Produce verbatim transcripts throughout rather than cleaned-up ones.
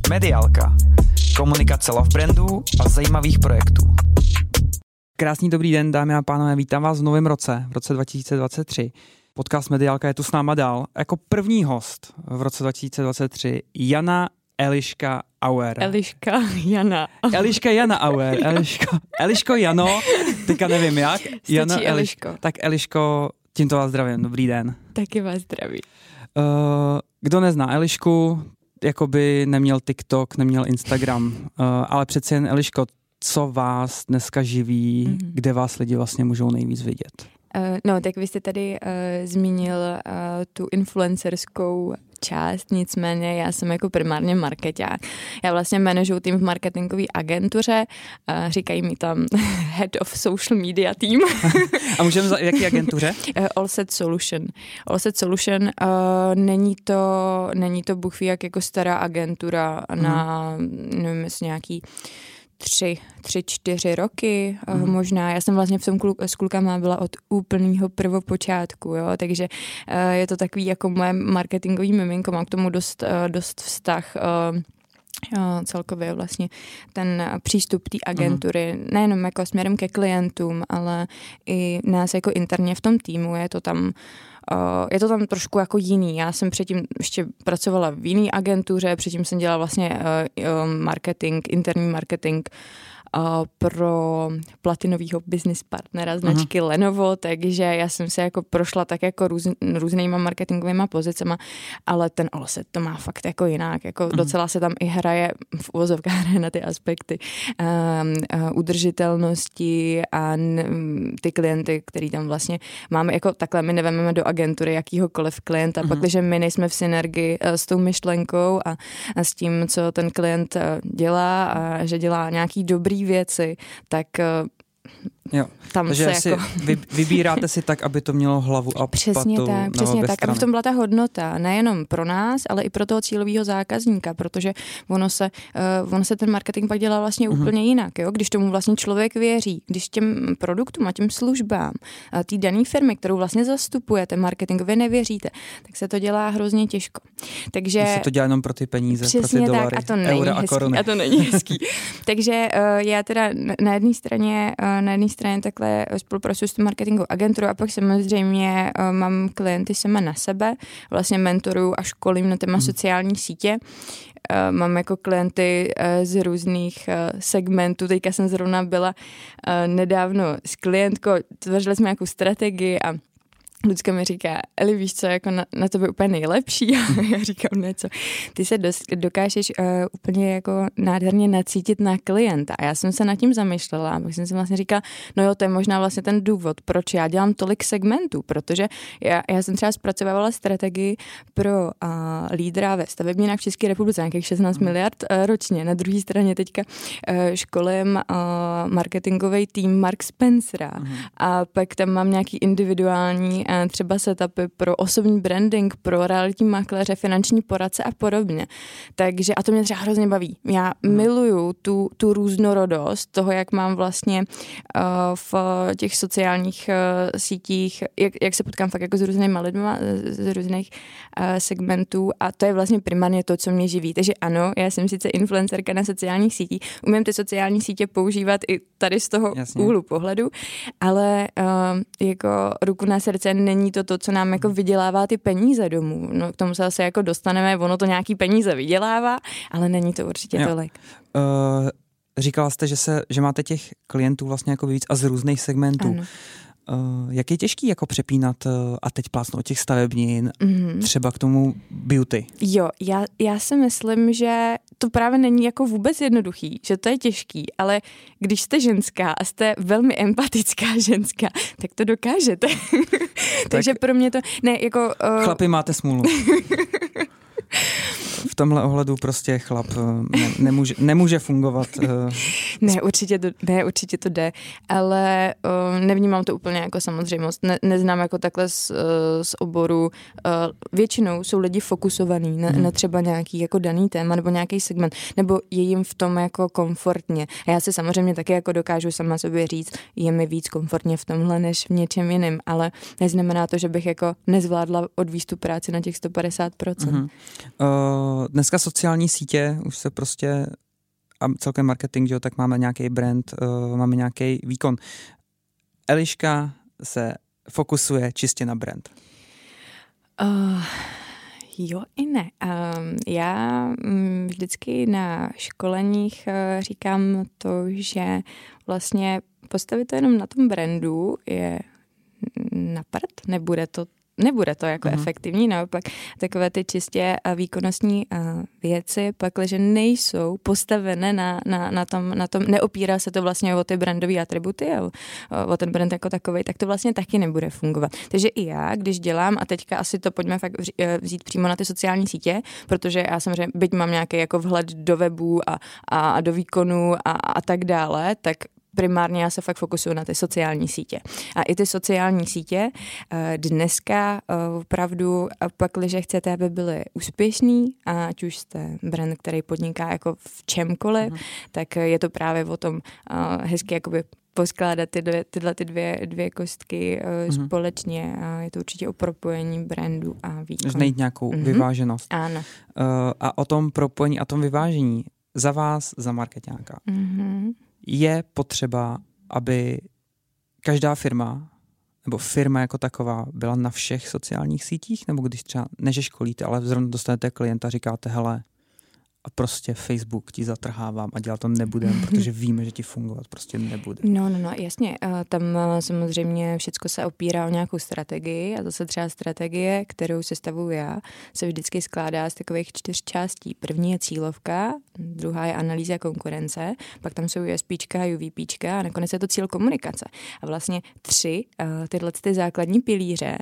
Mediálka. Komunikace love brandů a zajímavých projektů. Krásný dobrý den, dámy a pánové, vítám vás v novém roce, v roce dva tisíce dvacet tři. Podcast Mediálka je tu s náma dál. Jako první host v roce dva tisíce dvacet tři Jana Eliška Auer. Eliška Jana. Eliška Jana Auer. Eliško, Eliško Jano, teďka nevím jak. Jana Eliško. Tak Eliško, tímto vás zdravím, dobrý den. Taky vás zdraví. Uh, kdo nezná Elišku, jakoby neměl TikTok, neměl Instagram, uh, ale přeci jen Eliško, co vás dneska živí, mm-hmm. kde vás lidi vlastně můžou nejvíc vidět? Uh, no, tak vy jste tady uh, zmínil uh, tu influencerskou část, nicméně já jsem jako primárně markeťák. Já vlastně manažuji tým v marketingové agentuře, uh, říkají mi tam Head of Social Media Team. A můžeme za jaký agentuře? uh, Allset Solution. Allset Solution uh, není to, není to bůh ví jak jako stará agentura mm. na, nevím, jestli nějaký tři, tři, čtyři roky mm. možná. Já jsem vlastně v tom kluk, s klukama byla od úplného prvopočátku, jo, takže uh, je to takový jako moje marketingový miminko, mám k tomu dost, uh, dost vztah. Uh, Uh, celkově vlastně ten přístup té agentury, mm. nejenom jako směrem ke klientům, ale i nás jako interně v tom týmu, je to tam uh, je to tam trošku jako jiný. Já jsem předtím ještě pracovala v jiný agentuře, předtím jsem dělala vlastně uh, marketing, interní marketing pro platinovýho business partnera značky uh-huh. Lenovo, takže já jsem se jako prošla tak jako růz, různýma marketingovýma pozicema, ale ten Allset to má fakt jako jinak, jako uh-huh. docela se tam i hraje v uvozovkách na ty aspekty um, uh, udržitelnosti a n- ty klienty, který tam vlastně máme, jako takhle my nevememe do agentury jakýhokoliv klienta, uh-huh. pakliže my nejsme v synergii uh, s tou myšlenkou a, a s tím, co ten klient uh, dělá a že dělá nějaký dobrý věci, tak jo. tam takže se jako... vy, vybíráte si tak, aby to mělo hlavu a přesně patu. Tak, přesně tak, aby v tom byla ta hodnota, nejenom pro nás, ale i pro toho cílového zákazníka, protože ono se, uh, ono se ten marketing pak dělá vlastně uh-huh. úplně jinak, jo? Když tomu vlastně člověk věří, když těm produktům a těm službám uh, té dané firmy, kterou vlastně zastupujete, marketingově nevěříte, tak se to dělá hrozně těžko. Takže když se to dělá jenom pro ty peníze, přesně pro ty dolary, tak, a to není eura hezký, a koruny. A to není hezký. Takže uh, já teda na jedné straně, uh, na jedné straně takhle spolupracuji s tou marketingovou agenturou a pak samozřejmě uh, mám klienty sama na sebe, vlastně mentoruju a školím na téma hmm. sociální sítě. Uh, mám jako klienty uh, z různých uh, segmentů. Teďka jsem zrovna byla uh, nedávno s klientkou, tvořili jsme nějakou strategii a Lucka mi říká, Eli, víš co, jako na, na tebe úplně nejlepší? A já říkám, ne, co? Ty se dos, dokážeš uh, úplně jako nádherně nacítit na klienta. A já jsem se nad tím zamýšlela a pak jsem si vlastně říkala, no jo, to je možná vlastně ten důvod, proč já dělám tolik segmentů, protože já, já jsem třeba zpracovávala strategii pro uh, lídra ve stavebninách v České republice, nějakých šestnáct mm. miliard uh, ročně. Na druhé straně teďka uh, školím uh, marketingový tým Mark Spencera mm. a pak tam mám nějaký individuální třeba setupy pro osobní branding, pro realitní makléře, finanční poradce a podobně. Takže a to mě třeba hrozně baví. Já hmm. miluju tu, tu různorodost toho, jak mám vlastně uh, v těch sociálních uh, sítích, jak, jak se potkám fakt jako s různýma lidma, z různých uh, segmentů a to je vlastně primárně to, co mě živí. Takže ano, já jsem sice influencerka na sociálních sítích, umím ty sociální sítě používat i tady z toho Jasně. úhlu pohledu, ale uh, jako ruku na srdce není to to, co nám jako vydělává ty peníze domů. No k tomu se asi jako dostaneme, ono to nějaký peníze vydělává, ale není to určitě jo. tolik. Uh, říkala jste, že, se, že máte těch klientů vlastně jako víc a z různých segmentů. Ano. Uh, jak je těžký jako přepínat uh, a teď plásnout těch stavebnin mm-hmm. třeba k tomu beauty? Jo, já, já si myslím, že to právě není jako vůbec jednoduchý, že to je těžký, ale když jste ženská a jste velmi empatická ženská, tak to dokážete. Takže tak pro mě to, ne, jako... Uh... Chlapi, máte smůlu. V tomhle ohledu prostě chlap ne, nemůže, nemůže fungovat. Ne, určitě to, ne, určitě to jde, ale uh, nevnímám to úplně jako samozřejmost. Ne, neznám jako takhle z, z oboru. Uh, většinou jsou lidi fokusovaní na, hmm. na třeba nějaký jako daný téma nebo nějaký segment, nebo je jim v tom jako komfortně. A já si samozřejmě taky jako dokážu sama sobě říct, je mi víc komfortně v tomhle než v něčem jiném, ale neznamená to, že bych jako nezvládla odvízt tu práci na těch sto padesát procent. Hmm. Uh... dneska sociální sítě už se prostě, a celkem marketing, že jo, tak máme nějaký brand, uh, máme nějaký výkon. Eliška se fokusuje čistě na brand. Uh, jo i ne. Um, já um, vždycky na školeních uh, říkám to, že vlastně postavit to jenom na tom brandu je na prd, nebude to Nebude to jako uh-huh. efektivní, naopak takové ty čistě výkonnostní uh, věci, pakliže nejsou postavené na, na, na, tom, na tom, neopírá se to vlastně o ty brandové atributy a o, o ten brand jako takovej, tak to vlastně taky nebude fungovat. Takže i já, když dělám, a teďka asi to pojďme fakt vzít přímo na ty sociální sítě, protože já samozřejmě, byť mám nějaký jako vhled do webu a, a, a do výkonu a, a tak dále, tak primárně já se fakt fokusuju na ty sociální sítě. A i ty sociální sítě dneska opravdu, pakliže chcete, aby byly úspěšný, a ať už jste brand, který podniká jako v čemkoliv, mm. tak je to právě o tom hezky jakoby poskládat ty dvě, tyhle ty dvě, dvě kostky mm. společně. A je to určitě o propojení brandu a výkonu. Najít nějakou mm-hmm. vyváženost. Ano. A o tom propojení a tom vyvážení za vás, za markeťáka. Mm-hmm. Je potřeba, aby každá firma nebo firma jako taková byla na všech sociálních sítích, nebo když třeba ne, že školíte, ale zrovna dostanete klienta a říkáte, hele, a prostě Facebook ti zatrhávám a dělat to nebudem, protože víme, že ti fungovat prostě nebude. No, no, no, jasně. Tam samozřejmě všechno se opírá o nějakou strategii a zase třeba strategie, kterou sestavuju já, se vždycky skládá z takových čtyř částí. První je cílovka, druhá je analýza konkurence, pak tam jsou USPčka, UVPčka a nakonec je to cíl komunikace. A vlastně tři tyhle ty základní pilíře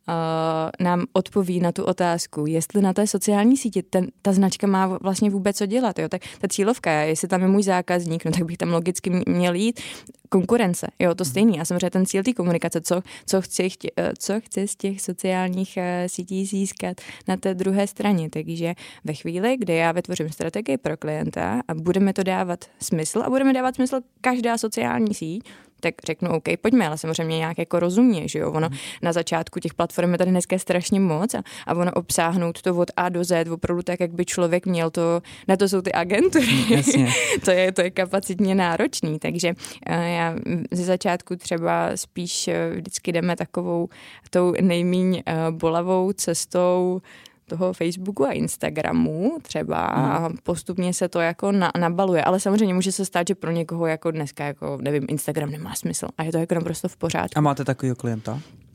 nám odpoví na tu otázku, jestli na té sociální síti ten, ta značka má vlastně vůbec co dělat. Jo? Tak ta cílovka, jestli tam je můj zákazník, no tak bych tam logicky měl jít. Konkurence, jo, to stejný. A samozřejmě ten cíl té komunikace, co, co, chci, co chci z těch sociálních uh, sítí získat na té druhé straně. Takže ve chvíli, kdy já vytvořím strategii pro klienta a budeme to dávat smysl a budeme dávat smysl každá sociální síť, tak řeknu, OK, pojďme, ale samozřejmě nějak jako rozumně, že jo, ono mm. na začátku těch platform je tady dneska strašně moc a, a ono obsáhnout to od A do Z, opravdu tak, jak by člověk měl to, na to jsou ty agentury, Jasně. to, je, to je kapacitně náročný, takže já ze začátku třeba spíš vždycky jdeme takovou tou nejmíň bolavou cestou toho Facebooku a Instagramu třeba hmm. a postupně se to jako na, nabaluje, ale samozřejmě může se stát, že pro někoho jako dneska, jako nevím, Instagram nemá smysl a je to jako naprosto v pořádku. A máte takovýho klienta?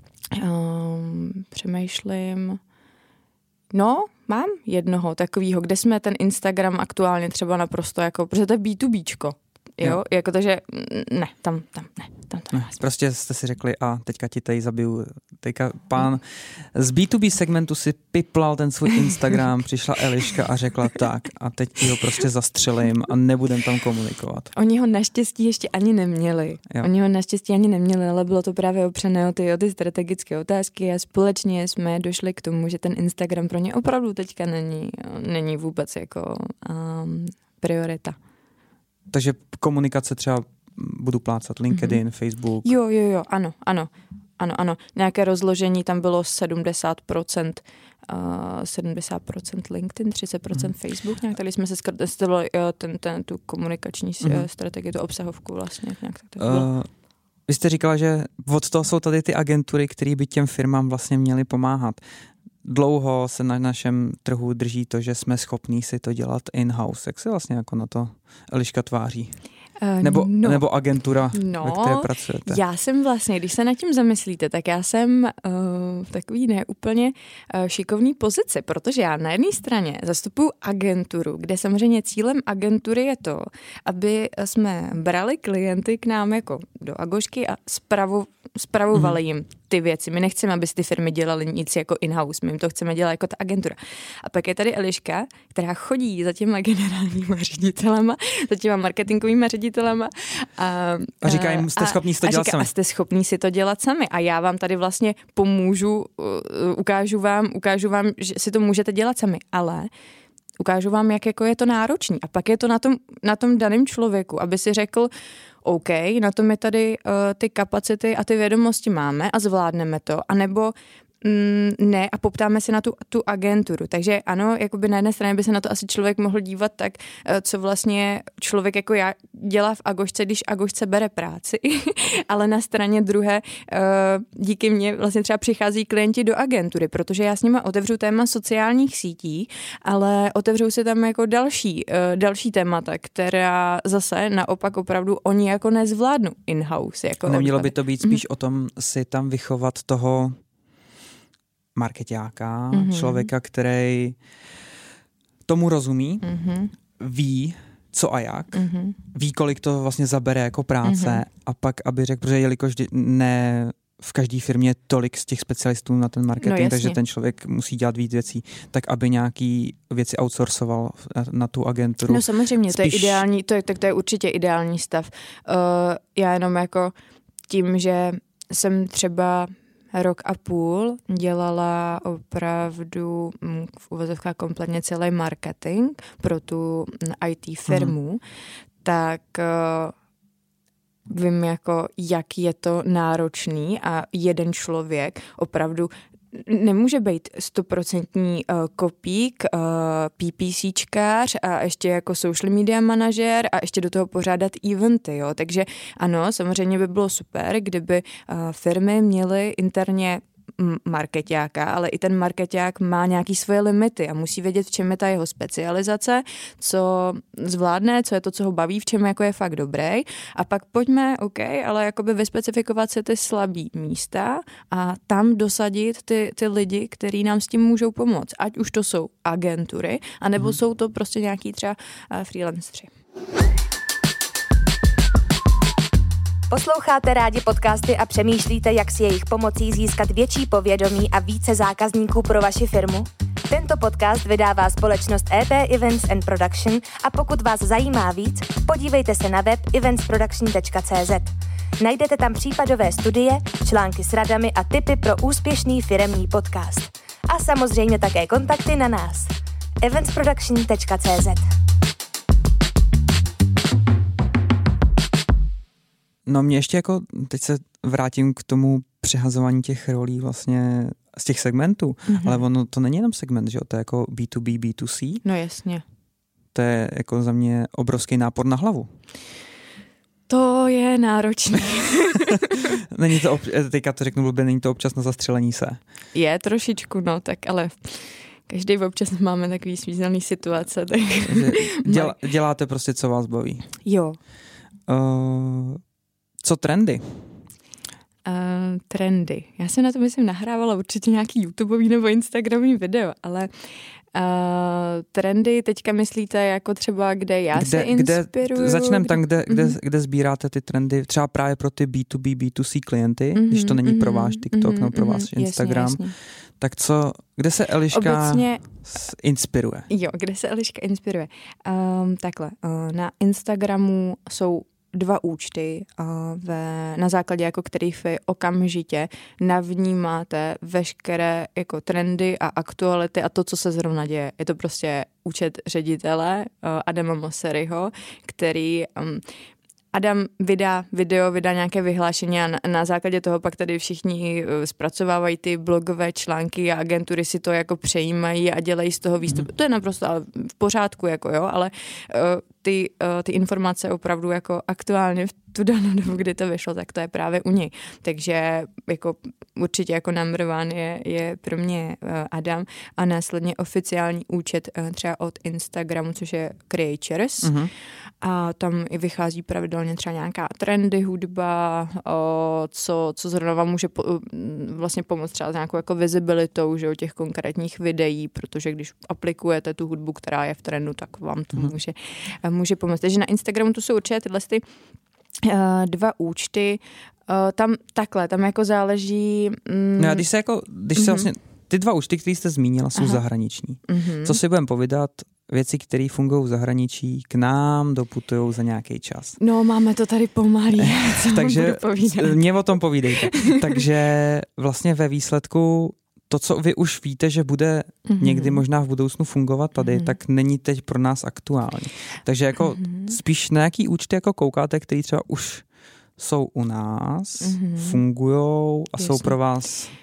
Um, přemýšlím... No, mám jednoho takovýho, kde jsme ten Instagram aktuálně třeba naprosto jako, protože to je bé dvě béčko. Jo, jo. Jako to, že ne, tam, tam, ne, tam to ne, prostě jste si řekli a teďka ti tady zabiju, teďka pán z bé dvě bé segmentu si piplal ten svůj Instagram, přišla Eliška a řekla tak a teď ti ho prostě zastřelím a nebudem tam komunikovat. Oni ho naštěstí ještě ani neměli. Jo. Oni ho naštěstí ani neměli, ale bylo to právě opřené o ty, o ty strategické otázky a společně jsme došli k tomu, že ten Instagram pro ně opravdu teďka není, není vůbec jako um, priorita. Takže komunikace třeba budu plácat LinkedIn, mm-hmm. Facebook. Jo, jo, jo, ano, ano, ano, ano. Nějaké rozložení tam bylo sedmdesát procent, uh, sedmdesát procent LinkedIn, třicet procent mm-hmm. Facebook. Nějak tady jsme se skrtili ten, ten, tu komunikační mm-hmm. strategii, tu obsahovku vlastně. Nějak tak to bylo. Uh, vy jste říkala, že od toho jsou tady ty agentury, které by těm firmám vlastně měly pomáhat. Dlouho se na našem trhu drží to, že jsme schopní si to dělat in-house. Jak se vlastně jako na to Eliška tváří? Uh, nebo, no, nebo agentura, no, ve které pracujete? Já jsem vlastně, když se nad tím zamyslíte, tak já jsem uh, v takový neúplně uh, šikovný pozici, protože já na jedné straně zastupuju agenturu, kde samozřejmě cílem agentury je to, aby jsme brali klienty k nám jako do Agošky a spravu, spravovali mm. jim ty věci. My nechceme, aby ty firmy dělaly nic jako in-house, my jim to chceme dělat jako ta agentura. A pak je tady Eliška, která chodí za těma generálníma ředitelema, za těma marketingovýma ředitelema. A, a říká jim, jste schopní si to dělat říká, sami. A jste schopní si to dělat sami. A já vám tady vlastně pomůžu, ukážu vám, ukážu vám, že si to můžete dělat sami. Ale ukážu vám, jak jako je to náročný. A pak je to na tom, na tom daném člověku, aby si řekl, OK, na to my tady uh, ty kapacity a ty vědomosti máme a zvládneme to. A nebo Mm, ne, a poptáme se na tu, tu agenturu. Takže ano, jakoby na jedné straně by se na to asi člověk mohl dívat tak, co vlastně člověk jako já dělá v Agošce, když Agošce bere práci, ale na straně druhé díky mně vlastně třeba přichází klienti do agentury, protože já s nimi otevřu téma sociálních sítí, ale otevřou se tam jako další, další témata, která zase naopak opravdu oni jako nezvládnou in-house. Jako Nemělo by to být spíš mm-hmm. o tom si tam vychovat toho markeťáka, mm-hmm. člověka, který tomu rozumí, mm-hmm. ví, co a jak, mm-hmm. ví, kolik to vlastně zabere jako práce mm-hmm. a pak, aby řekl, protože jelikož ne v každé firmě je tolik z těch specialistů na ten marketing, no, takže ten člověk musí dělat víc věcí, tak aby nějaký věci outsourcoval na tu agenturu. No samozřejmě, Spíš... to je ideální, to je, tak to je určitě ideální stav. Uh, já jenom jako tím, že jsem třeba rok a půl dělala opravdu v uvozovkách kompletně celý marketing pro tu í té firmu, mm. tak uh, vím jako, jak je to náročný a jeden člověk opravdu nemůže být stoprocentní uh, kopík, uh, PPCčkář a ještě jako social media manažer a ještě do toho pořádat eventy, jo. Takže ano, samozřejmě by bylo super, kdyby uh, firmy měly interně markeťáka, ale i ten markeťák má nějaký svoje limity a musí vědět, v čem je ta jeho specializace, co zvládne, co je to, co ho baví, v čem jako je fakt dobrý. A pak pojďme, OK, ale jakoby vyspecifikovat si ty slabý místa a tam dosadit ty, ty lidi, kteří nám s tím můžou pomoct. Ať už to jsou agentury, anebo hmm. jsou to prostě nějaký třeba uh, freelancři. Posloucháte rádi podcasty a přemýšlíte, jak si jejich pomocí získat větší povědomí a více zákazníků pro vaši firmu? Tento podcast vydává společnost E P Events and Production a pokud vás zajímá víc, podívejte se na web events production tečka cé zet. Najdete tam případové studie, články s radami a tipy pro úspěšný firemní podcast. A samozřejmě také kontakty na nás. events production tečka cé zet. No mě ještě jako, teď se vrátím k tomu přehazování těch rolí vlastně z těch segmentů, mm-hmm. ale ono to není jenom segment, že jo, to je jako bé dvě bé, bé dvě cé. No jasně. To je jako za mě obrovský nápor na hlavu. To je náročné. Není to, teďka to řeknu blbě, není to občas na zastřelení se. Je trošičku, no, tak ale každý občas máme takový svízelný situace. Tak Děla, děláte prostě, co vás baví. Jo. Uh, co trendy? Uh, trendy. Já jsem na to, myslím, nahrávala určitě nějaký YouTubeový nebo Instagramový video, ale uh, trendy teďka myslíte jako třeba, kde já kde, se inspiruju? Začneme tam, kde, mm-hmm. kde, kde sbíráte ty trendy, třeba právě pro ty bé dvě bé, bé dvě cé klienty, mm-hmm, když to není mm-hmm, pro váš TikTok mm-hmm, nebo pro váš mm-hmm, Instagram. Jasně, jasně. Tak co, kde se Eliška Obecně, inspiruje? Jo, kde se Eliška inspiruje? Um, takhle, uh, na Instagramu jsou dva účty, ve, na základě jako kterých vy okamžitě navnímáte veškeré jako trendy a aktuality a to, co se zrovna děje. Je to prostě účet ředitele Adama Mosseriho, který um, Adam vydá video, vydá nějaké vyhlášení a na, na základě toho pak tady všichni zpracovávají ty blogové články a agentury si to jako přejímají a dělají z toho výstup. Mm. To je naprosto v pořádku, jako jo, ale uh, ty, uh, ty informace opravdu jako aktuálně v tu danou dobu, kdy to vyšlo, tak to je právě u něj. Takže jako určitě jako number one je, je pro mě uh, Adam a následně oficiální účet uh, třeba od Instagramu, což je Creators. Mm-hmm. A tam i vychází pravidelně třeba nějaká trendy, hudba, o, co, co zrovna vám může po, vlastně pomoct třeba s nějakou jako visibilitou, že, o těch konkrétních videí, protože když aplikujete tu hudbu, která je v trendu, tak vám to mm-hmm. může, může pomoct. Takže na Instagramu to jsou určitě tyhle ty, uh, dva účty. Uh, tam takhle, tam jako záleží... Mm, no a když se jako, když mm-hmm. se vlastně, ty dva účty, které jste zmínila, jsou Aha. zahraniční. Mm-hmm. Co si budeme povídat, věci, které fungují v zahraničí, k nám doputují za nějaký čas. No, máme to tady pomalý. Takže mě o tom povídejte. Takže vlastně ve výsledku to, co vy už víte, že bude mm-hmm. někdy možná v budoucnu fungovat tady, mm-hmm. tak není teď pro nás aktuální. Takže jako mm-hmm. spíš na jaký účty jako koukáte, který třeba už jsou u nás, mm-hmm. fungujou a Jasně. jsou pro vás...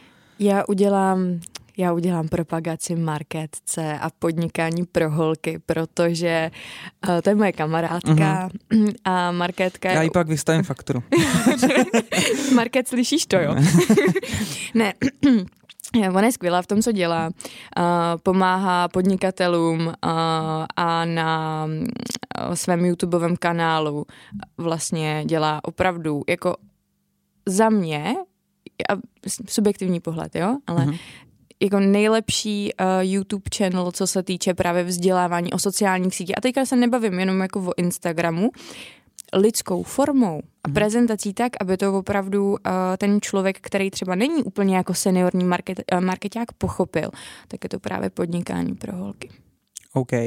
Já udělám... Já udělám propagaci marketce a podnikání pro holky, protože uh, to je moje kamarádka uh-huh. a marketka... Já jí pak vystavím fakturu. Market, slyšíš to, jo? Ne, ona je skvělá v tom, co dělá. Uh, pomáhá podnikatelům uh, a na uh, svém YouTubeovém kanálu vlastně dělá opravdu jako za mě, a subjektivní pohled, jo, ale uh-huh. jako nejlepší uh, YouTube channel, co se týče právě vzdělávání o sociálních sítích. A teďka se nebavím jenom jako o Instagramu, lidskou formou a prezentací tak, aby to opravdu uh, ten člověk, který třeba není úplně jako seniorní market, uh, marketák, pochopil, tak je to právě podnikání pro holky. OK. Uh,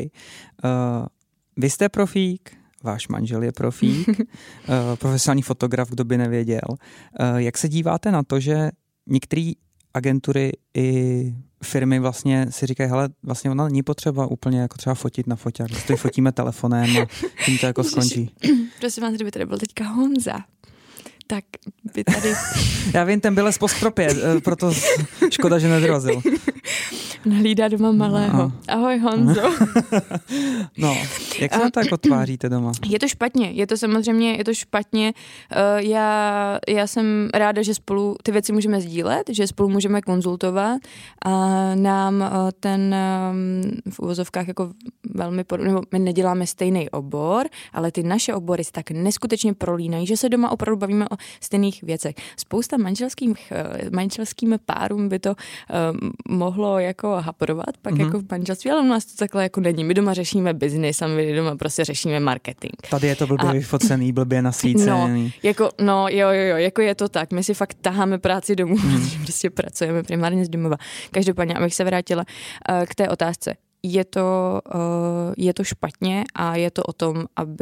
vy jste profík, váš manžel je profík, uh, profesionální fotograf, kdo by nevěděl. Uh, jak se díváte na to, že některé agentury i firmy vlastně si říkají, hele, vlastně ona není potřeba úplně jako třeba fotit na foťák, když to fotíme telefonem a tím to jako skončí. Prosím vás, kdyby tady byl teďka Honza, tak by tady... Já vím, ten byl z postropě, proto škoda, že nedorazil. Nahlídá doma malého. No. Ahoj, Honzo. No, jak se na to jako tváříte doma? Je to špatně, je to samozřejmě, je to špatně. Uh, já, já jsem ráda, že spolu ty věci můžeme sdílet, že spolu můžeme konzultovat a nám uh, ten um, v uvozovkách jako velmi podobný, nebo my neděláme stejný obor, ale ty naše obory se tak neskutečně prolínají, že se doma opravdu bavíme o stejných věcech. Spousta manželských, manželským párům by to um, mohlo jako haprovat, pak mm-hmm. jako v manželství, ale u nás to takhle jako není. My doma řešíme biznis a my doma prostě řešíme marketing. Tady je to blbě a... vyfocený, blbě nasvícený. No, jako, no, jo, jo, jo, jako je to tak. My si fakt taháme práci domů, mm. protože prostě pracujeme primárně z domova. Každopádně, abych se vrátila uh, k té otázce. Je to, uh, je to špatně a je to o tom,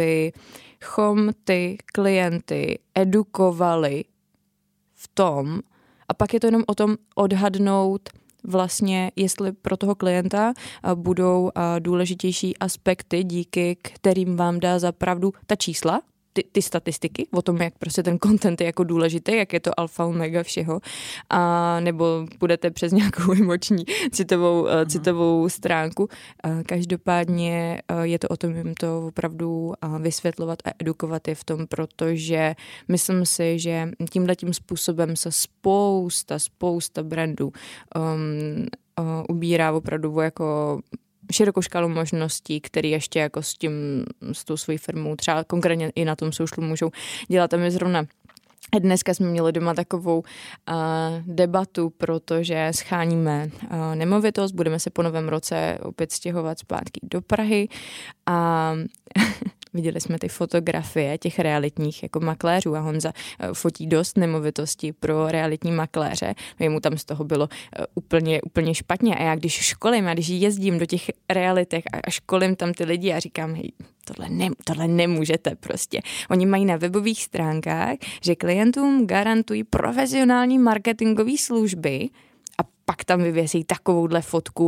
abychom ty klienty edukovali v tom, a pak je to jenom o tom odhadnout vlastně, jestli pro toho klienta budou důležitější aspekty, díky kterým vám dá za pravdu ta čísla, ty, ty statistiky o tom, jak prostě ten content je jako důležitý, jak je to alfa omega všeho, a nebo budete přes nějakou emoční citovou, uh, citovou stránku. Uh, každopádně uh, je to o tom jim to opravdu uh, vysvětlovat a edukovat je v tom, protože myslím si, že tímhletím způsobem se spousta, spousta brandů um, uh, ubírá opravdu jako širokou škálu možností, které ještě jako s tím, s tou svojí firmou, třeba konkrétně i na tom socialu můžou dělat. A my zrovna dneska jsme měli doma takovou uh, debatu, protože scháníme uh, nemovitost, budeme se po novém roce opět stěhovat zpátky do Prahy a viděli jsme ty fotografie těch realitních jako makléřů a Honza fotí dost nemovitosti pro realitní makléře. Jemu tam z toho bylo úplně, úplně špatně. A já když školím, a když jezdím do těch realitech a školím tam ty lidi a říkám, hej, tohle, ne, tohle nemůžete prostě. Oni mají na webových stránkách, že klientům garantují profesionální marketingové služby a pak tam vyvěsí takovouhle fotku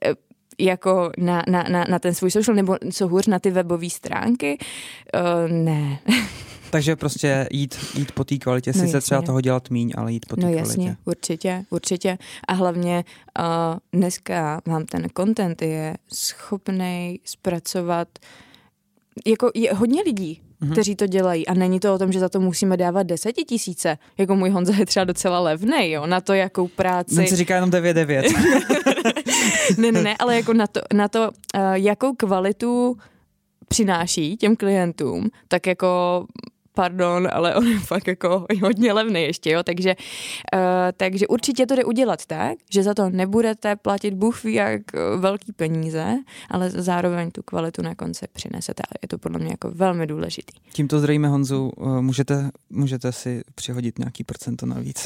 jako na, na, na, na ten svůj social, nebo co hůř na ty webové stránky? Uh, ne. Takže prostě jít, jít po té kvalitě, no sice třeba toho dělat míň, ale jít po té no kvalitě. No jasně, určitě, určitě. A hlavně uh, dneska vám ten content je schopnej zpracovat, jako je hodně lidí, mm-hmm. kteří to dělají a není to o tom, že za to musíme dávat desetitisíce. Jako můj Honza je třeba docela levnej, jo, na to, jakou práci... Ten si říká jenom devět devět. ne, ne, ne, ale jako na to, na to uh, jakou kvalitu přináší těm klientům, tak jako pardon, ale on je fakt jako hodně levný ještě, jo, takže, uh, takže určitě to jde udělat tak, že za to nebudete platit bůh ví jak velký peníze, ale zároveň tu kvalitu na konci přinesete a je to podle mě jako velmi důležitý. Tímto zdravíme Honzu, můžete, můžete si přihodit nějaký procento navíc.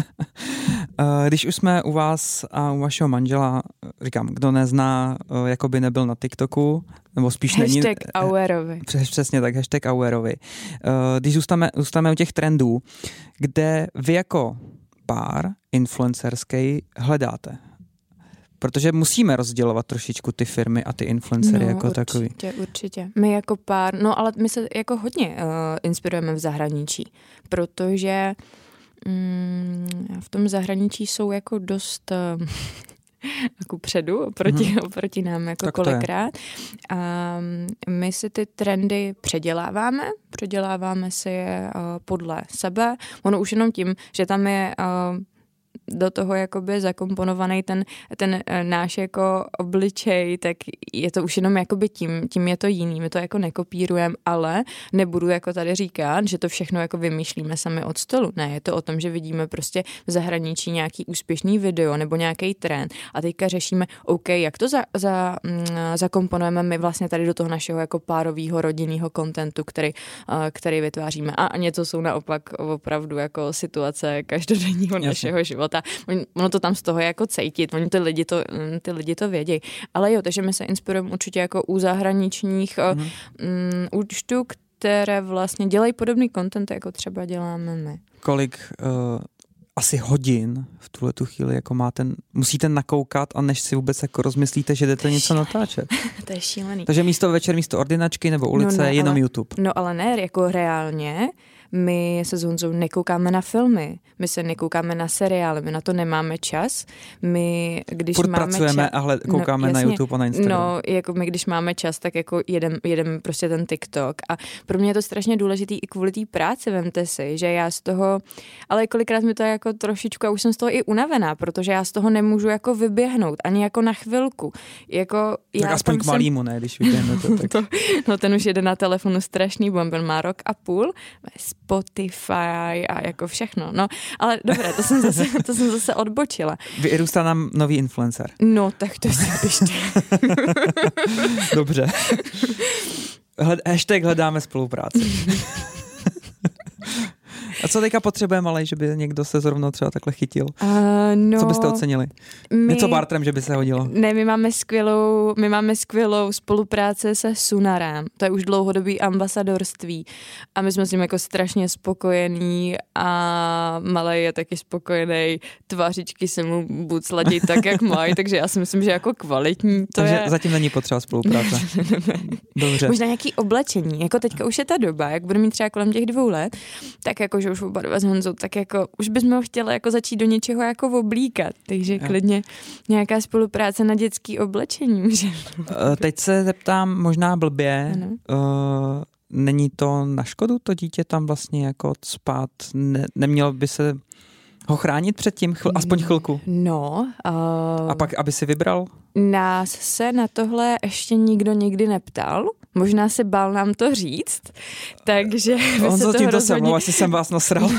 Když už jsme u vás a u vašeho manžela, říkám, kdo nezná, jako by nebyl na TikToku, nebo spíš hashtag není... Hashtag Auerovi. Přesně tak, hashtag Auerovi. Když zůstaneme, zůstaneme u těch trendů, kde vy jako pár influencerský hledáte? Protože musíme rozdělovat trošičku ty firmy a ty influencery no, jako určitě, takový. Určitě, určitě. My jako pár, no ale my se jako hodně uh, inspirujeme v zahraničí, protože mm, v tom zahraničí jsou jako dost jako předu oproti, hmm. oproti nám jako tak kolikrát. A my si ty trendy předěláváme, předěláváme si je uh, podle sebe. Ono už jenom tím, že tam je uh, do toho jakoby zakomponovaný ten, ten náš jako obličej, tak je to už jenom jakoby tím, tím je to jiný, my to jako nekopírujeme, ale nebudu jako tady říkat, že to všechno jako vymýšlíme sami od stolu. Ne, je to o tom, že vidíme prostě v zahraničí nějaký úspěšný video nebo nějaký trend a teďka řešíme, OK, jak to za, za, zakomponujeme my vlastně tady do toho našeho jako párového rodinného kontentu, který, který vytváříme. A něco jsou naopak opravdu jako situace každodenního Jasně. našeho života. Ono to tam z toho je jako cítit, oni ty lidi to, ty lidi to vědí. Ale jo, takže my se inspirujeme určitě jako u zahraničních mm. um, účtů, které vlastně dělají podobný content, jako třeba děláme my. Kolik uh, asi hodin v tuhle tu chvíli jako máte, musíte nakoukat a než si vůbec jako rozmyslíte, že jdete něco natáčet. To je šílený. Takže místo večer, místo ordinačky nebo ulice, no ne, jenom ale, YouTube. No ale ne, jako reálně. My se s Honzou nekoukáme na filmy, my se nekoukáme na seriály, my na to nemáme čas. My, když Furt máme pracujeme čas, a hled, koukáme no, na YouTube a na Instagram. No, jako my, když máme čas, tak jako jedem, jedem prostě ten TikTok. A pro mě je to strašně důležitý i kvůli té práci, vemte si, že já z toho, ale kolikrát mi to je jako trošičku, a už jsem z toho i unavená, protože já z toho nemůžu jako vyběhnout, ani jako na chvilku. Jako tak já aspoň k malýmu, jsem... ne, když vyběhnete. Tak... to, no ten už jede na telefonu strašný bomben, má rok a půl, Spotify a jako všechno. No, ale dobré, to jsem zase, to jsem zase odbočila. Vyrůstá nám nový influencer. No, tak to si pište. Dobře. Hled, hashtag hledáme spolupráci. A co teďka potřebujeme, ale že by někdo se zrovna třeba takhle chytil? Uh, no, co byste ocenili? My, Něco bartrem, že by se hodilo? Ne, my máme skvělou, my máme skvělou spolupráci se Sunarem. To je už dlouhodobý ambasadorství. A my jsme s ním jako strašně spokojení a Malej je taky spokojený. Tvářičky se mu buď sladí tak, jak mají, takže já si myslím, že jako kvalitní to takže je. zatím není potřeba spolupráce. Dobře. Možná nějaký oblečení. Jako teďka už je ta doba, jak budu mít třeba kolem těch dvou let, tak jako, že už oba dva s Honzou, tak jako už bychom ho chtěli jako začít do něčeho jako oblíkat. Takže jo. Klidně nějaká spolupráce na dětský oblečení může. Teď se zeptám možná blbě. Ano. Uh, není to na škodu to dítě tam vlastně jako spát? Ne, nemělo by se ho chránit před tím chl- aspoň chvilku? No. Uh, A pak, aby si vybral? Nás se na tohle ještě nikdo nikdy neptal. Možná se bál nám to říct, takže vy On se toho to rozhodně... jestli jsem vás nasral.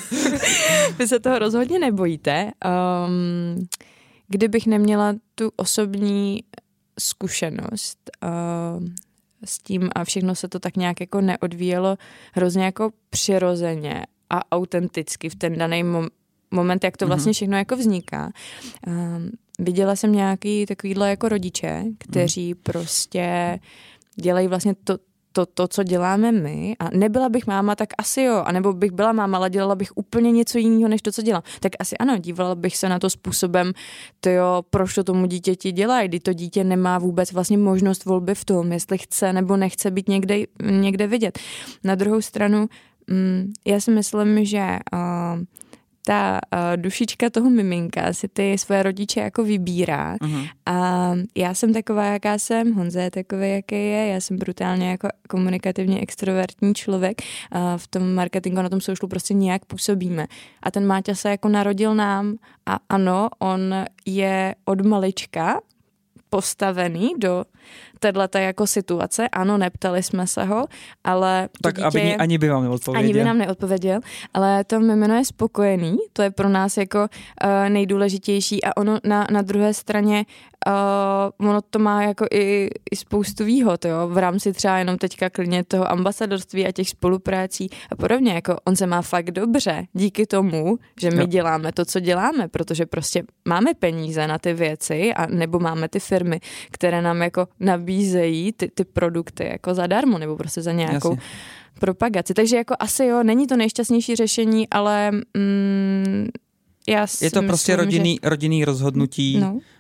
Vy se toho rozhodně nebojíte. Um, kdybych neměla tu osobní zkušenost uh, s tím a všechno se to tak nějak jako neodvíjelo hrozně jako přirozeně a autenticky v ten daný mom- moment, jak to vlastně všechno jako vzniká. Um, viděla jsem nějaký takovýhle jako rodiče, kteří prostě dělají vlastně to, to, to, co děláme my a nebyla bych máma, tak asi jo, anebo bych byla máma, ale dělala bych úplně něco jiného, než to, co dělám. Tak asi ano, dívala bych se na to způsobem, to jo, proč to tomu dítěti dělají, kdy to dítě nemá vůbec vlastně možnost volby v tom, jestli chce nebo nechce být někde, někde vidět. Na druhou stranu, mm, já si myslím, že uh, ta uh, dušička toho miminka si ty svoje rodiče jako vybírá. Uh-huh. A já jsem taková, jaká jsem, Honza je takový, jaký je, já jsem brutálně jako komunikativně extrovertní člověk. Uh, v tom marketingu, na tom socialu prostě nějak působíme. A ten Máťa se jako narodil nám a ano, on je od malička postavený do této jako situace. Ano, neptali jsme se ho, ale tak aby je, ani by vám neodpověděl. Ani by nám neodpověděl, ale to mimino je spokojený, to je pro nás jako uh, nejdůležitější a ono na, na druhé straně uh, ono to má jako i, i spoustu výhod, jo, v rámci třeba jenom teďka klidně toho ambasadorství a těch spoluprácí a podobně, jako on se má fakt dobře díky tomu, že my jo. děláme to, co děláme, protože prostě máme peníze na ty věci a nebo máme ty firmy, které nám jako nabízejí ty, ty produkty jako zadarmo nebo prostě za nějakou Jasně. propagaci. Takže jako asi jo, není to nejšťastnější řešení, ale mm, já si je to myslím, prostě rodinný, že... rodinný rozhodnutí. No.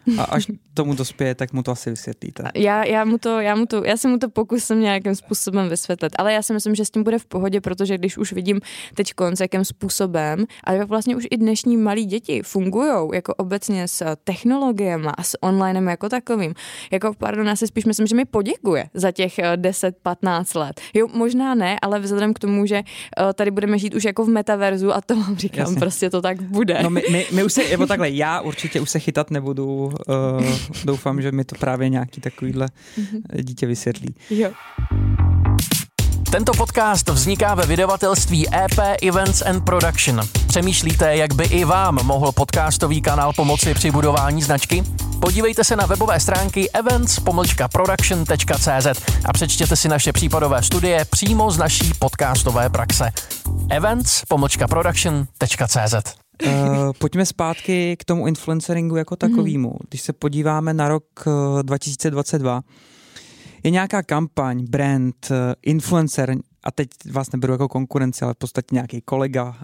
A až tomu dospěje, tak mu to asi vysvětlíte. Já, já, mu to, já, mu to, já se mu to pokusím nějakým způsobem vysvětlit, ale já si myslím, že s tím bude v pohodě, protože když už vidím teď konc, jakým způsobem, a jak vlastně už i dnešní malí děti fungujou jako obecně s technologiemi a s onlinem jako takovým, jako pardon, já si spíš myslím, že mi poděkuje za těch deset patnáct let. Jo, možná ne, ale vzhledem k tomu, že tady budeme žít už jako v metaverzu a to vám říkám, Jasně. prostě to tak bude. No my, my, my už se, jako takhle, já určitě už se chytat nebudu, uh, doufám, že mi to právě nějaký takovýhle dítě vysvětlí. Jo. Tento podcast vzniká ve vydavatelství E P Events and Production. Přemýšlíte, jak by i vám mohl podcastový kanál pomoci při budování značky? Podívejte se na webové stránky events pomlčka production tečka cé zet a přečtěte si naše případové studie přímo z naší podcastové praxe. events pomlčka production tečka cé zet. Uh, pojďme zpátky k tomu influenceringu jako takovému. Mm. Když se podíváme na rok uh, dva tisíce dvacet dva, je nějaká kampaň, brand, uh, influencer, a teď vás neberu jako konkurenci, ale v podstatě nějaký kolega, uh,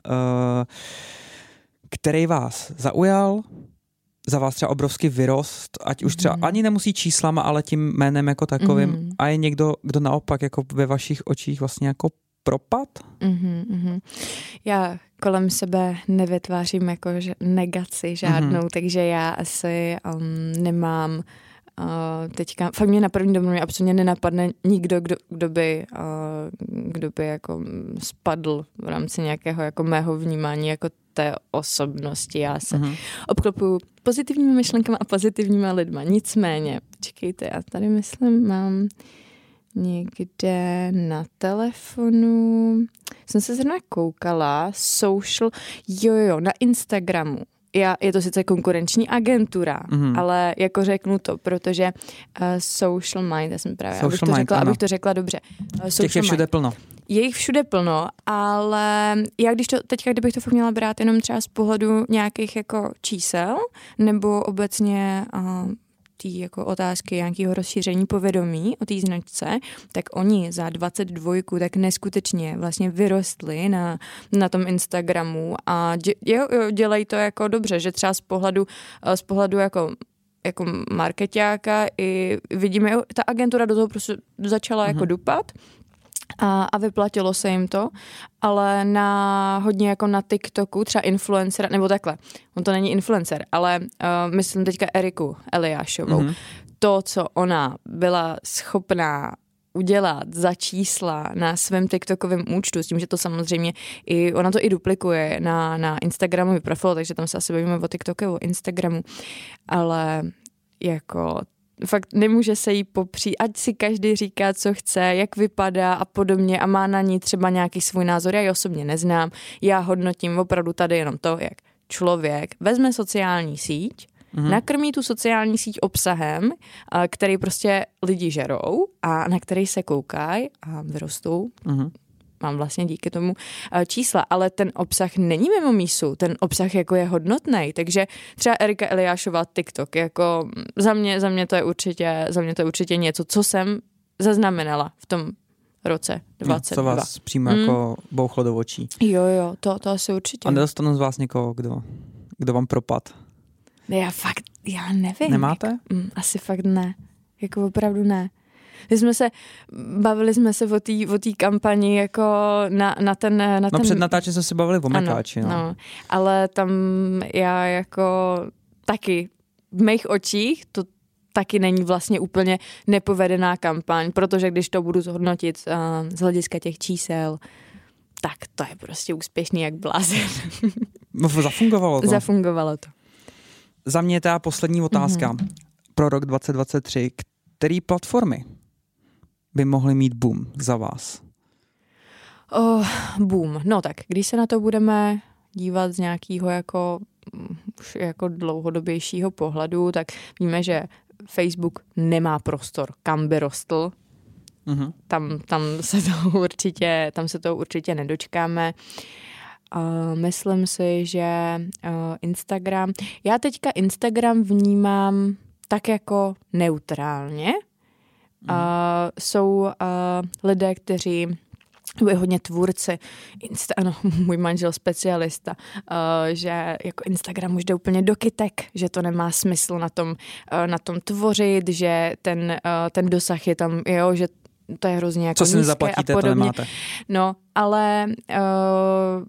který vás zaujal, za vás třeba obrovský vyrost, ať už třeba mm. ani nemusí číslama, ale tím jménem jako takovým, mm. a je někdo, kdo naopak jako ve vašich očích vlastně jako propad? Mm-hmm, mm-hmm. Já kolem sebe nevytvářím jako negaci žádnou, mm-hmm. takže já asi um, nemám uh, teďka, fakt mě na první dobu mě absolutně nenapadne nikdo, kdo, kdo by uh, kdo by jako spadl v rámci nějakého jako mého vnímání jako té osobnosti. Já se mm-hmm. obklopuju pozitivními myšlenkami a pozitivníma lidma. Nicméně, počkejte, já tady myslím, mám někde na telefonu, jsem se zrovna koukala, social, jo, jo, na Instagramu. Já, je to sice konkurenční agentura, mm-hmm. ale jako řeknu to, protože uh, Social Mind, já jsem právě, social abych, to mind, řekla, abych to řekla dobře. Uh, Těch je všude plno. Je jich všude plno, ale já když to, teďka, kdybych to fakt měla brát jenom třeba z pohledu nějakých jako čísel, nebo obecně uh, tý jako otázky nějakého rozšíření povědomí o té značce, tak oni za dvacet dva tak neskutečně vlastně vyrostli na, na tom Instagramu a dě, jo, jo, dělají to jako dobře, že třeba z pohledu, z pohledu jako jako markeťáka i vidíme, jo, ta agentura do toho prostě začala mm-hmm. jako dupat. A, a vyplatilo se jim to, ale na hodně jako na TikToku, třeba influencer, nebo takhle, on to není influencer, ale uh, myslím teďka Eriku Eliášovou. Mm-hmm. To, co ona byla schopná udělat za čísla na svém TikTokovém účtu, s tím, že to samozřejmě i, ona to i duplikuje na, na Instagramový profil, takže tam se asi bavíme o TikToku, o Instagramu, ale jako fakt nemůže se jí popřít, ať si každý říká, co chce, jak vypadá a podobně a má na ní třeba nějaký svůj názor. Já ji osobně neznám, já hodnotím opravdu tady jenom to, jak člověk vezme sociální síť, mm-hmm. nakrmí tu sociální síť obsahem, který prostě lidi žerou a na který se koukají a vyrostou. Mm-hmm. Mám vlastně díky tomu čísla, ale ten obsah není mimo mísu, ten obsah jako je hodnotný, takže třeba Erika Eliášová TikTok, jako za mě, za mě to je určitě, za mě to je určitě něco, co jsem zaznamenala v tom roce dvacet dva. No, co vás přímo mm. jako bouchlo do očí. Jo, jo, to, to asi určitě. A nedostanu z vás někoho, kdo, kdo vám propad? Ne, já fakt, já nevím. Nemáte? Jak, mm, asi fakt ne, jako opravdu ne. My jsme se, bavili jsme se o té o té kampani jako na, na ten... Na no ten... před natáčením jsme se bavili o Mekáči. No, no, ale tam já jako taky v mých očích to taky není vlastně úplně nepovedená kampaň, protože když to budu zhodnotit uh, z hlediska těch čísel, tak to je prostě úspěšný jak blázen. No, zafungovalo to. Zafungovalo to. Za mě ta poslední otázka mm-hmm. pro rok dvacet dvacet tři. Který platformy by mohly mít boom za vás? Oh, boom. No tak, když se na to budeme dívat z nějakého jako, už jako dlouhodobějšího pohledu, tak víme, že Facebook nemá prostor, kam by rostl. Mm-hmm. Tam, tam, se to určitě, tam se to určitě nedočkáme. Uh, myslím si, že uh, Instagram... Já teďka Instagram vnímám tak jako neutrálně. Mm. Uh, jsou uh, lidé, kteří nebo i hodně tvůrci, Insta, ano, můj manžel specialista, uh, že jako Instagram už jde úplně do kytek, že to nemá smysl na tom, uh, na tom tvořit, že ten, uh, ten dosah je tam, jo, že to je hrozně jako co si nízké nezaplatíte, a podobně. To nemáte. No, ale uh,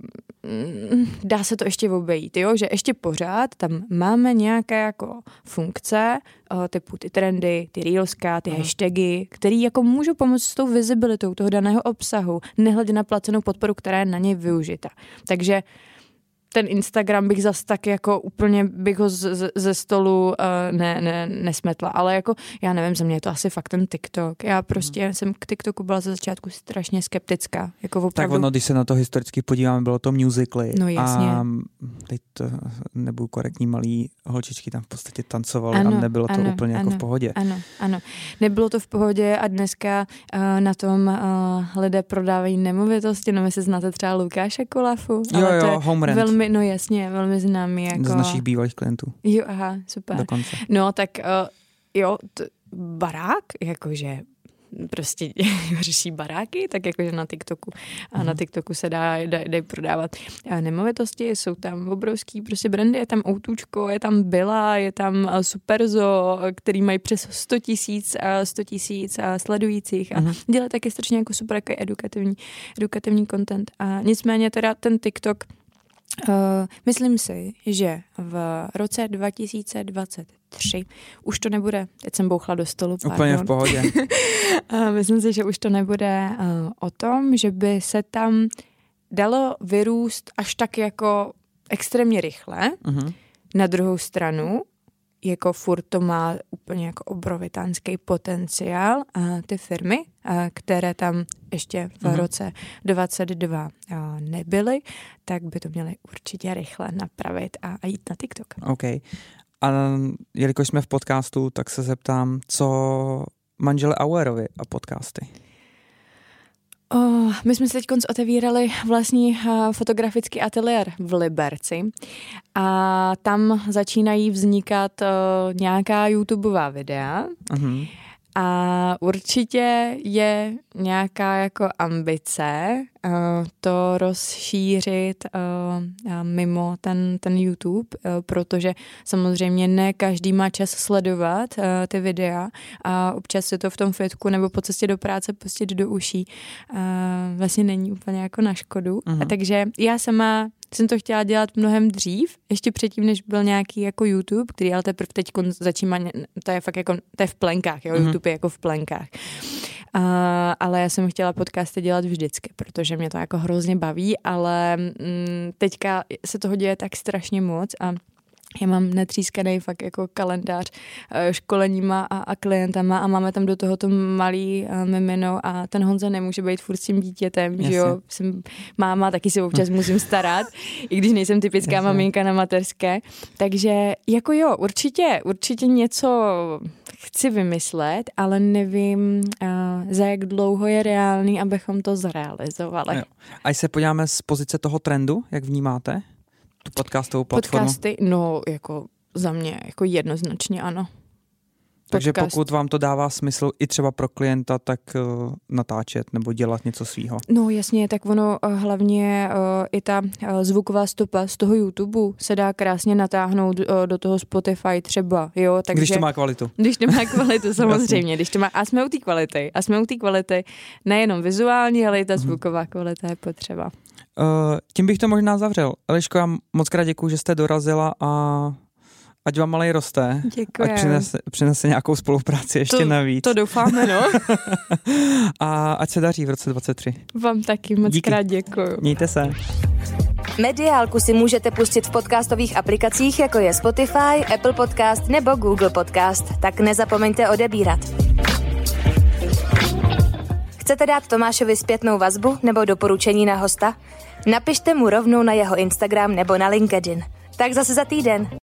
dá se to ještě obejít, jo? Že ještě pořád tam máme nějaké jako funkce, uh, typu ty trendy, ty reelska, ty uh-huh. hashtagy, které jako můžou pomoct s tou vizibilitou toho daného obsahu, nehledě na placenou podporu, která je na něj využita. Takže ten Instagram bych zas tak jako úplně bych ho z, z, ze stolu uh, ne, ne, nesmetla, ale jako já nevím, za mě je to asi fakt ten TikTok. Já prostě hmm. jsem k TikToku byla ze začátku strašně skeptická. Jako opravdu. Tak ono, když se na to historicky podíváme, bylo to Musical.ly. No jasně. A teď to nebudu korektní, malí holčičky tam v podstatě tancovaly a nebylo to ano, úplně ano, jako v pohodě. Ano, ano. Nebylo to v pohodě a dneska uh, na tom uh, lidé prodávají nemovitosti, no my se znáte třeba Lukáše Kolafu. Jo, ale jo, to je Home Rent. Velmi, no jasně, velmi známý. Jako... Z našich bývalých klientů. Jo, aha, super. Dokonce. No tak uh, jo, t- barák, jakože prostě řeší baráky, tak jakože na TikToku. A mm. na TikToku se dá, dá, dají prodávat a nemovitosti, jsou tam obrovský prostě brandy, je tam Outučko, je tam Byla, je tam Superzo, který mají přes sto tisíc, sto tisíc sledujících a mm. dělají taky strašně jako super jako edukativní, edukativní content. A nicméně teda ten TikTok Uh, myslím si, že v roce dva tisíce dvacet tři už to nebude, teď jsem bouchla do stolu, pardon. Úplně v pohodě. uh, myslím si, že už to nebude uh, o tom, že by se tam dalo vyrůst až tak jako extrémně rychle. Uh-huh. Na druhou stranu, jako furt to má úplně jako obrovitánský potenciál a ty firmy, a které tam ještě v mm. roce dvacet dva nebyly, tak by to měly určitě rychle napravit a, a jít na TikTok. OK. A jelikož jsme v podcastu, tak se zeptám, co manžele Auerovi a podcasty? Oh, my jsme se teď otevírali vlastní uh, fotografický ateliér v Liberci a tam začínají vznikat uh, nějaká YouTubeová videa. Uh-huh. A určitě je nějaká jako ambice uh, to rozšířit uh, mimo ten, ten YouTube, uh, protože samozřejmě ne každý má čas sledovat uh, ty videa a občas si to v tom fitku nebo po cestě do práce pustit do uší uh, vlastně není úplně jako na škodu. Uh-huh. A takže já sama jsem to chtěla dělat mnohem dřív, ještě předtím, než byl nějaký jako YouTube, který ale teprve teď začíná, to je fakt jako, to je v plenkách, jo, mm-hmm. YouTube je jako v plenkách. Uh, ale já jsem chtěla podcasty dělat vždycky, protože mě to jako hrozně baví, ale mm, teďka se toho děje tak strašně moc a já mám netřískaný fakt jako kalendář školeníma a, a klientama a máme tam do toho to malý uh, mimino a ten Honza nemůže být furt s tím dítětem, Jasně. že jo, jsem máma, taky se občas musím starat, i když nejsem typická Jasně. maminka na mateřské, takže jako jo, určitě, určitě něco chci vymyslet, ale nevím, uh, za jak dlouho je reálný, abychom to zrealizovali. Jo. A když se podíváme z pozice toho trendu, jak vnímáte tu podcastovou platformu? Podcasty, no jako za mě jako jednoznačně ano. Takže Podcast. Pokud vám to dává smysl i třeba pro klienta, tak uh, natáčet nebo dělat něco svýho. No jasně, tak ono uh, hlavně uh, i ta uh, zvuková stopa z toho YouTube se dá krásně natáhnout uh, do toho Spotify třeba, jo. Takže, když to má kvalitu. Když to má kvalitu, samozřejmě. když to má, a jsme u té kvality. A jsme u té kvality nejenom vizuální, ale i ta zvuková kvalita je potřeba. Uh, tím bych to možná zavřel. Eliško, já moc krát děkuju, že jste dorazila a ať vám malej roste. Děkujem. Ať přinese, přinese nějakou spolupráci ještě to, navíc. To doufáme, no. A ať se daří v roce dvacet tři. Vám taky moc Díky. krát děkuju. Mějte se. Mediálku si můžete pustit v podcastových aplikacích, jako je Spotify, Apple Podcast nebo Google Podcast. Tak nezapomeňte odebírat. Chcete dát Tomášovi zpětnou vazbu nebo doporučení na hosta? Napište mu rovnou na jeho Instagram nebo na LinkedIn. Tak zase za týden.